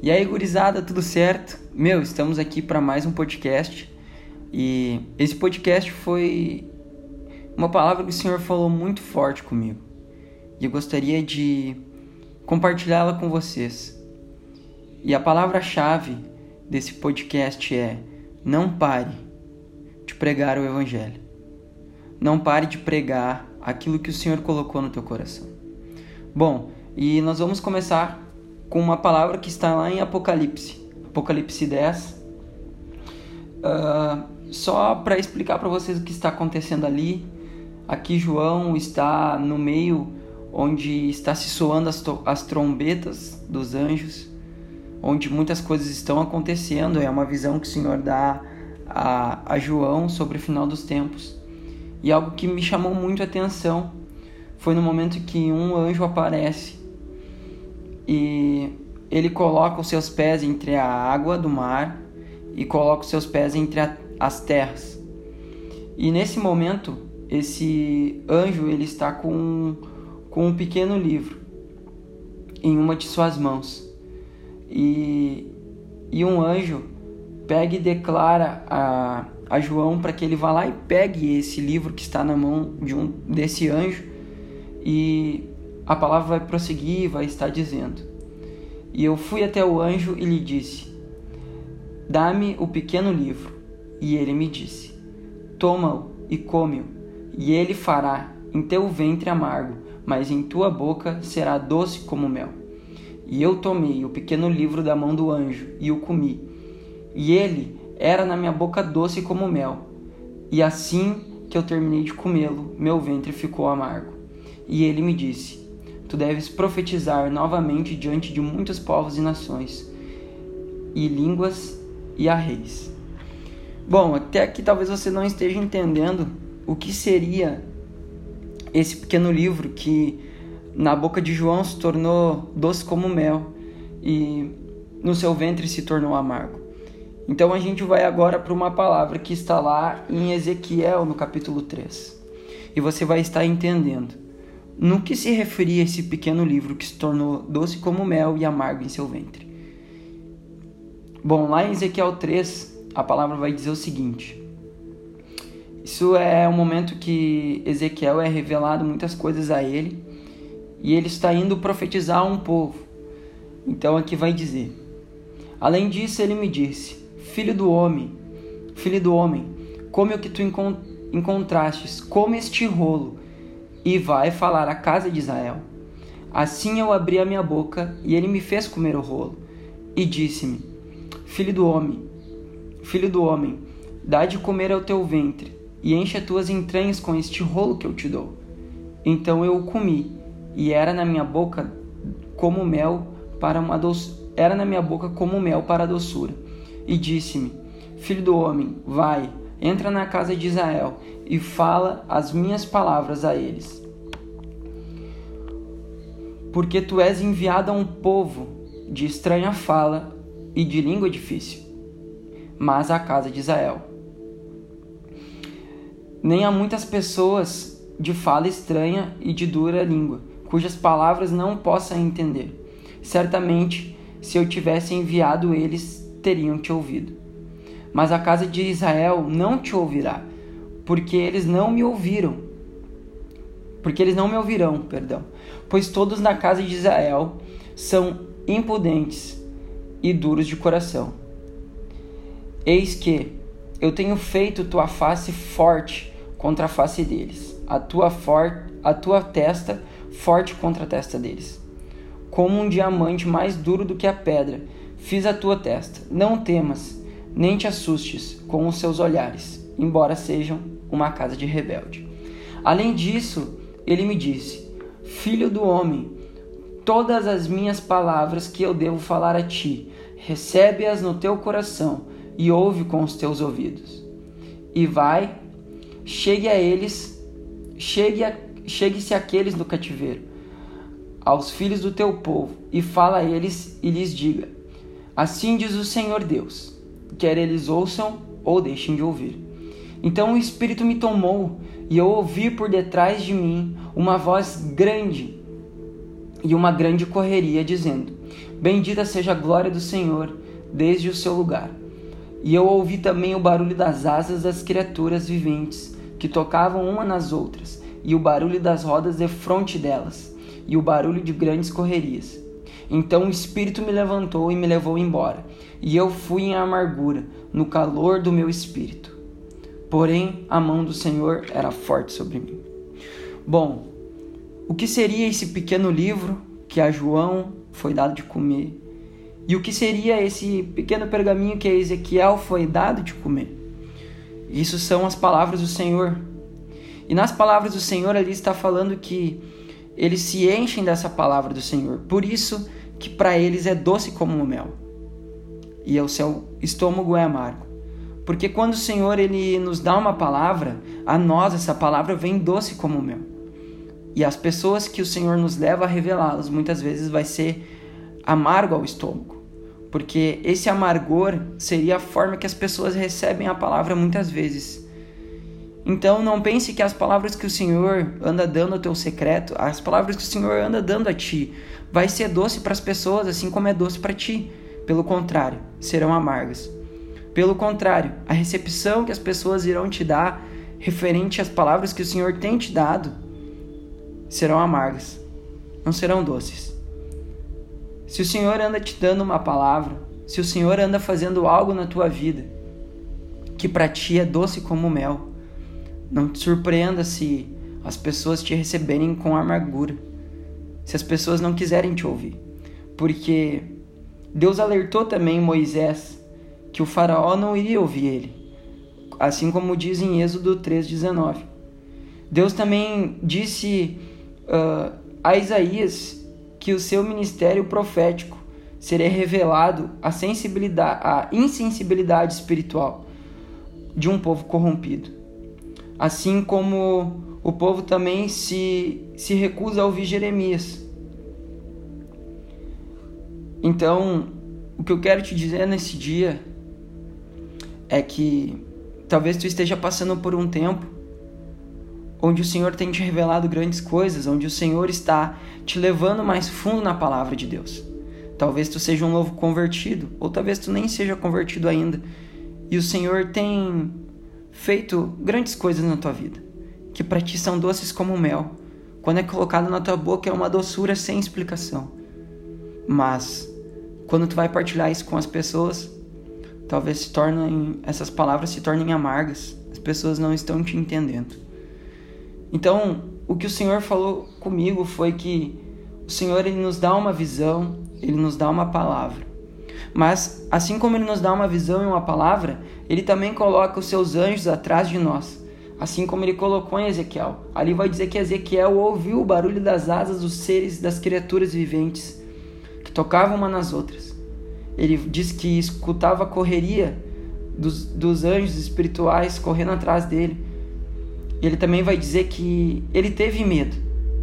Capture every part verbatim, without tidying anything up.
E aí, gurizada, tudo certo? Meu, estamos aqui para mais um podcast. E esse podcast foi uma palavra que o Senhor falou muito forte comigo. E eu gostaria de compartilhá-la com vocês. E a palavra-chave desse podcast é: não pare de pregar o Evangelho. Não pare de pregar aquilo que o Senhor colocou no teu coração. Bom, e nós vamos começar com uma palavra que está lá em Apocalipse, Apocalipse dez. Uh, só para explicar para vocês o que está acontecendo ali. Aqui João está no meio onde está se soando as, to- as trombetas dos anjos, onde muitas coisas estão acontecendo. É uma visão que o Senhor dá a, a João sobre o final dos tempos. E algo que me chamou muito a atenção foi no momento que um anjo aparece e ele coloca os seus pés entre a água do mar e coloca os seus pés entre a, as terras. E nesse momento, esse anjo ele está com, com um pequeno livro em uma de suas mãos. E, e um anjo pega e declara a, a João para que ele vá lá e pegue esse livro que está na mão de um, desse anjo. E a palavra vai prosseguir e vai estar dizendo: e eu fui até o anjo e lhe disse: dá-me o pequeno livro. E ele me disse: toma-o e come-o, e ele fará em teu ventre amargo, mas em tua boca será doce como mel. E eu tomei o pequeno livro da mão do anjo e o comi, e ele era na minha boca doce como mel, e assim que eu terminei de comê-lo, meu ventre ficou amargo. E ele me disse: tu deves profetizar novamente diante de muitos povos e nações, e línguas e a reis. Bom, até aqui talvez você não esteja entendendo o que seria esse pequeno livro que na boca de João se tornou doce como mel e no seu ventre se tornou amargo. Então a gente vai agora para uma palavra que está lá em Ezequiel, no capítulo três. E você vai estar entendendo no que se referia esse pequeno livro que se tornou doce como mel e amargo em seu ventre. Bom, lá em Ezequiel três, a palavra vai dizer o seguinte. Isso é um momento que Ezequiel é revelado muitas coisas a ele, e ele está indo profetizar a um povo. Então aqui vai dizer: além disso ele me disse: filho do homem, filho do homem, come o que tu encont- encontrastes, come este rolo, e vai falar à casa de Israel. Assim eu abri a minha boca, e ele me fez comer o rolo, e disse-me: filho do homem, filho do homem, dá de comer ao teu ventre, e enche as tuas entranhas com este rolo que eu te dou. Então eu o comi, e era na minha boca como mel para uma doçura, era na minha boca como mel para a doçura. E disse-me: filho do homem, vai, entra na casa de Israel e fala as minhas palavras a eles. Porque tu és enviado a um povo de estranha fala e de língua difícil, mas à casa de Israel. Nem há muitas pessoas de fala estranha e de dura língua, cujas palavras não possam entender. Certamente, se eu tivesse enviado eles, teriam te ouvido. Mas a casa de Israel não te ouvirá, porque eles não me ouviram. Porque eles não me ouvirão, perdão. Pois todos na casa de Israel são impudentes e duros de coração. Eis que eu tenho feito tua face forte contra a face deles, a tua, for... a tua testa forte contra a testa deles. Como um diamante mais duro do que a pedra, fiz a tua testa. Não temas, nem te assustes com os seus olhares, embora sejam uma casa de rebelde. Além disso, ele me disse: filho do homem, todas as minhas palavras que eu devo falar a ti, recebe-as no teu coração e ouve com os teus ouvidos. E vai, chegue a eles, chegue a, chegue-se àqueles no cativeiro, aos filhos do teu povo, e fala a eles e lhes diga: assim diz o Senhor Deus, quer eles ouçam ou deixem de ouvir. Então o Espírito me tomou, e eu ouvi por detrás de mim uma voz grande e uma grande correria, dizendo: Bendita seja a glória do Senhor desde o seu lugar. E eu ouvi também o barulho das asas das criaturas viventes, que tocavam uma nas outras, e o barulho das rodas defronte delas, e o barulho de grandes correrias. Então o Espírito me levantou e me levou embora, e eu fui em amargura, no calor do meu espírito. Porém, a mão do Senhor era forte sobre mim. Bom, o que seria esse pequeno livro que a João foi dado de comer? E o que seria esse pequeno pergaminho que a Ezequiel foi dado de comer? Isso são as palavras do Senhor. E nas palavras do Senhor ali está falando que eles se enchem dessa palavra do Senhor. Por isso que para eles é doce como o mel. E o seu estômago é amargo. Porque quando o Senhor ele nos dá uma palavra, a nós essa palavra vem doce como o mel. E as pessoas que o Senhor nos leva a revelá-las, muitas vezes vai ser amargo ao estômago. Porque esse amargor seria a forma que as pessoas recebem a palavra muitas vezes. Então não pense que as palavras que o Senhor anda dando ao teu secreto, as palavras que o Senhor anda dando a ti, vai ser doce para as pessoas, assim como é doce para ti. Pelo contrário, serão amargas. Pelo contrário, a recepção que as pessoas irão te dar referente às palavras que o Senhor tem te dado serão amargas, não serão doces. Se o Senhor anda te dando uma palavra, se o Senhor anda fazendo algo na tua vida que para ti é doce como mel, não te surpreenda se as pessoas te receberem com amargura, se as pessoas não quiserem te ouvir, porque Deus alertou também Moisés que o faraó não iria ouvir ele, assim como diz em Êxodo três, dezenove. Deus também disse uh, a Isaías que o seu ministério profético seria revelado a, sensibilidade, a insensibilidade espiritual de um povo corrompido. Assim como o povo também se, se recusa a ouvir Jeremias. Então, o que eu quero te dizer nesse dia é que talvez tu esteja passando por um tempo onde o Senhor tem te revelado grandes coisas, onde o Senhor está te levando mais fundo na palavra de Deus. Talvez tu seja um novo convertido, ou talvez tu nem seja convertido ainda, e o Senhor tem feito grandes coisas na tua vida, que para ti são doces como mel. Quando é colocado na tua boca é uma doçura sem explicação. Mas quando tu vai partilhar isso com as pessoas, talvez se tornem, essas palavras se tornem amargas. As pessoas não estão te entendendo. Então, o que o Senhor falou comigo foi que o Senhor ele nos dá uma visão, Ele nos dá uma palavra. Mas, assim como Ele nos dá uma visão e uma palavra, Ele também coloca os seus anjos atrás de nós. Assim como Ele colocou em Ezequiel. Ali vai dizer que Ezequiel ouviu o barulho das asas dos seres, das criaturas viventes, que tocavam uma nas outras. Ele diz que escutava a correria dos, dos anjos espirituais correndo atrás dele. Ele também vai dizer que ele teve medo,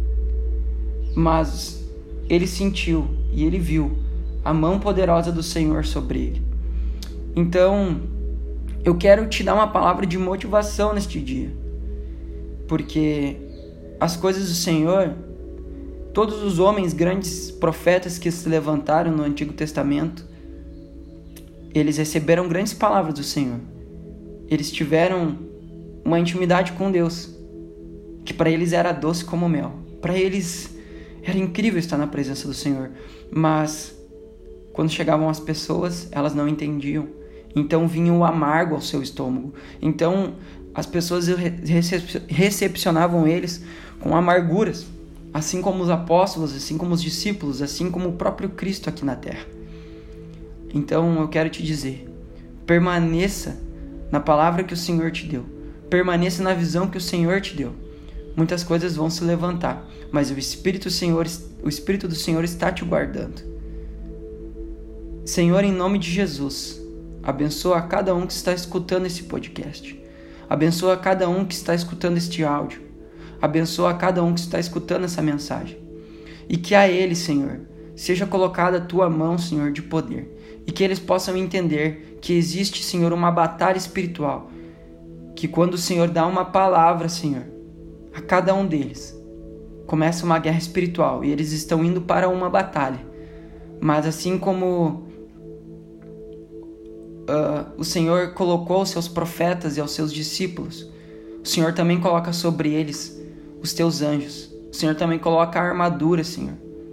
mas ele sentiu e ele viu a mão poderosa do Senhor sobre ele. Então, eu quero te dar uma palavra de motivação neste dia, porque as coisas do Senhor, todos os homens, grandes profetas que se levantaram no Antigo Testamento, eles receberam grandes palavras do Senhor. Eles tiveram uma intimidade com Deus, que para eles era doce como mel. Para eles era incrível estar na presença do Senhor, mas quando chegavam as pessoas, elas não entendiam. Então vinha o amargo ao seu estômago. Então as pessoas recepcionavam eles com amarguras, assim como os apóstolos, assim como os discípulos, assim como o próprio Cristo aqui na terra. Então eu quero te dizer, permaneça na palavra que o Senhor te deu. Permaneça na visão que o Senhor te deu. Muitas coisas vão se levantar, mas o Espírito, Senhor, o Espírito do Senhor está te guardando. Senhor, em nome de Jesus, abençoa a cada um que está escutando esse podcast. Abençoa a cada um que está escutando este áudio. Abençoa a cada um que está escutando essa mensagem. E que a eles, Senhor, seja colocada a tua mão, Senhor, de poder. E que eles possam entender que existe, Senhor, uma batalha espiritual. Que quando o Senhor dá uma palavra, Senhor, a cada um deles, começa uma guerra espiritual e eles estão indo para uma batalha. Mas assim como uh, o Senhor colocou aos seus profetas e aos seus discípulos, o Senhor também coloca sobre eles os teus anjos. O Senhor também coloca a armadura, Senhor.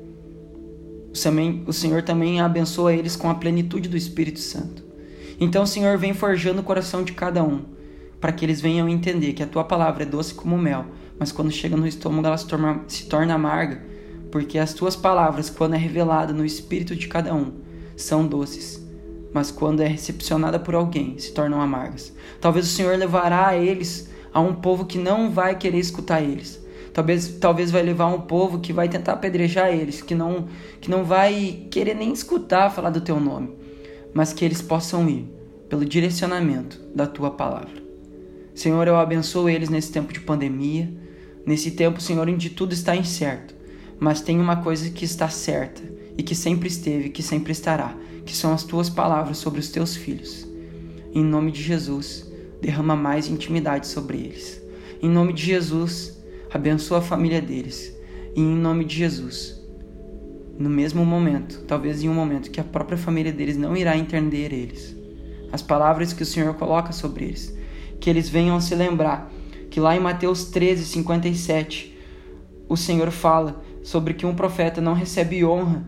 O Senhor também abençoa eles com a plenitude do Espírito Santo. Então o Senhor vem forjando o coração de cada um, para que eles venham entender que a tua palavra é doce como mel, mas quando chega no estômago ela se torna, se torna amarga, porque as tuas palavras, quando é revelada no espírito de cada um, são doces, mas quando é recepcionada por alguém, se tornam amargas. Talvez o Senhor levará a eles a um povo que não vai querer escutar eles. Talvez, talvez vai levar um povo que vai tentar apedrejar eles, que não, que não vai querer nem escutar falar do teu nome, mas que eles possam ir pelo direcionamento da tua palavra. Senhor, eu abençoo eles nesse tempo de pandemia, nesse tempo, Senhor, onde tudo está incerto, mas tem uma coisa que está certa e que sempre esteve, que sempre estará, que são as tuas palavras sobre os teus filhos. Em nome de Jesus, derrama mais intimidade sobre eles. Em nome de Jesus, abençoa a família deles. E em nome de Jesus, no mesmo momento, talvez em um momento que a própria família deles não irá entender eles, as palavras que o Senhor coloca sobre eles, que eles venham se lembrar que lá em Mateus treze, cinquenta e sete, o Senhor fala sobre que um profeta não recebe honra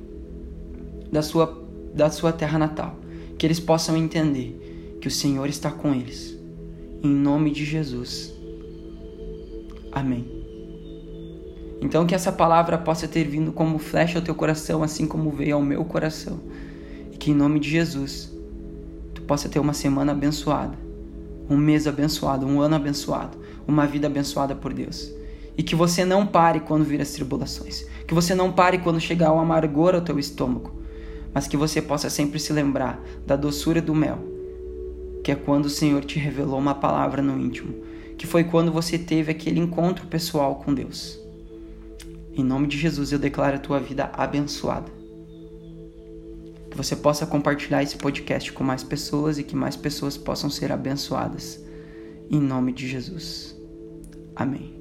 da sua, da sua terra natal. Que eles possam entender que o Senhor está com eles. Em nome de Jesus. Amém. Então que essa palavra possa ter vindo como flecha ao teu coração, assim como veio ao meu coração. E que em nome de Jesus, tu possa ter uma semana abençoada, um mês abençoado, um ano abençoado, uma vida abençoada por Deus. E que você não pare quando vir as tribulações. Que você não pare quando chegar o amargor ao teu estômago. Mas que você possa sempre se lembrar da doçura do mel, que é quando o Senhor te revelou uma palavra no íntimo, que foi quando você teve aquele encontro pessoal com Deus. Em nome de Jesus, eu declaro a tua vida abençoada. Que você possa compartilhar esse podcast com mais pessoas e que mais pessoas possam ser abençoadas. Em nome de Jesus. Amém.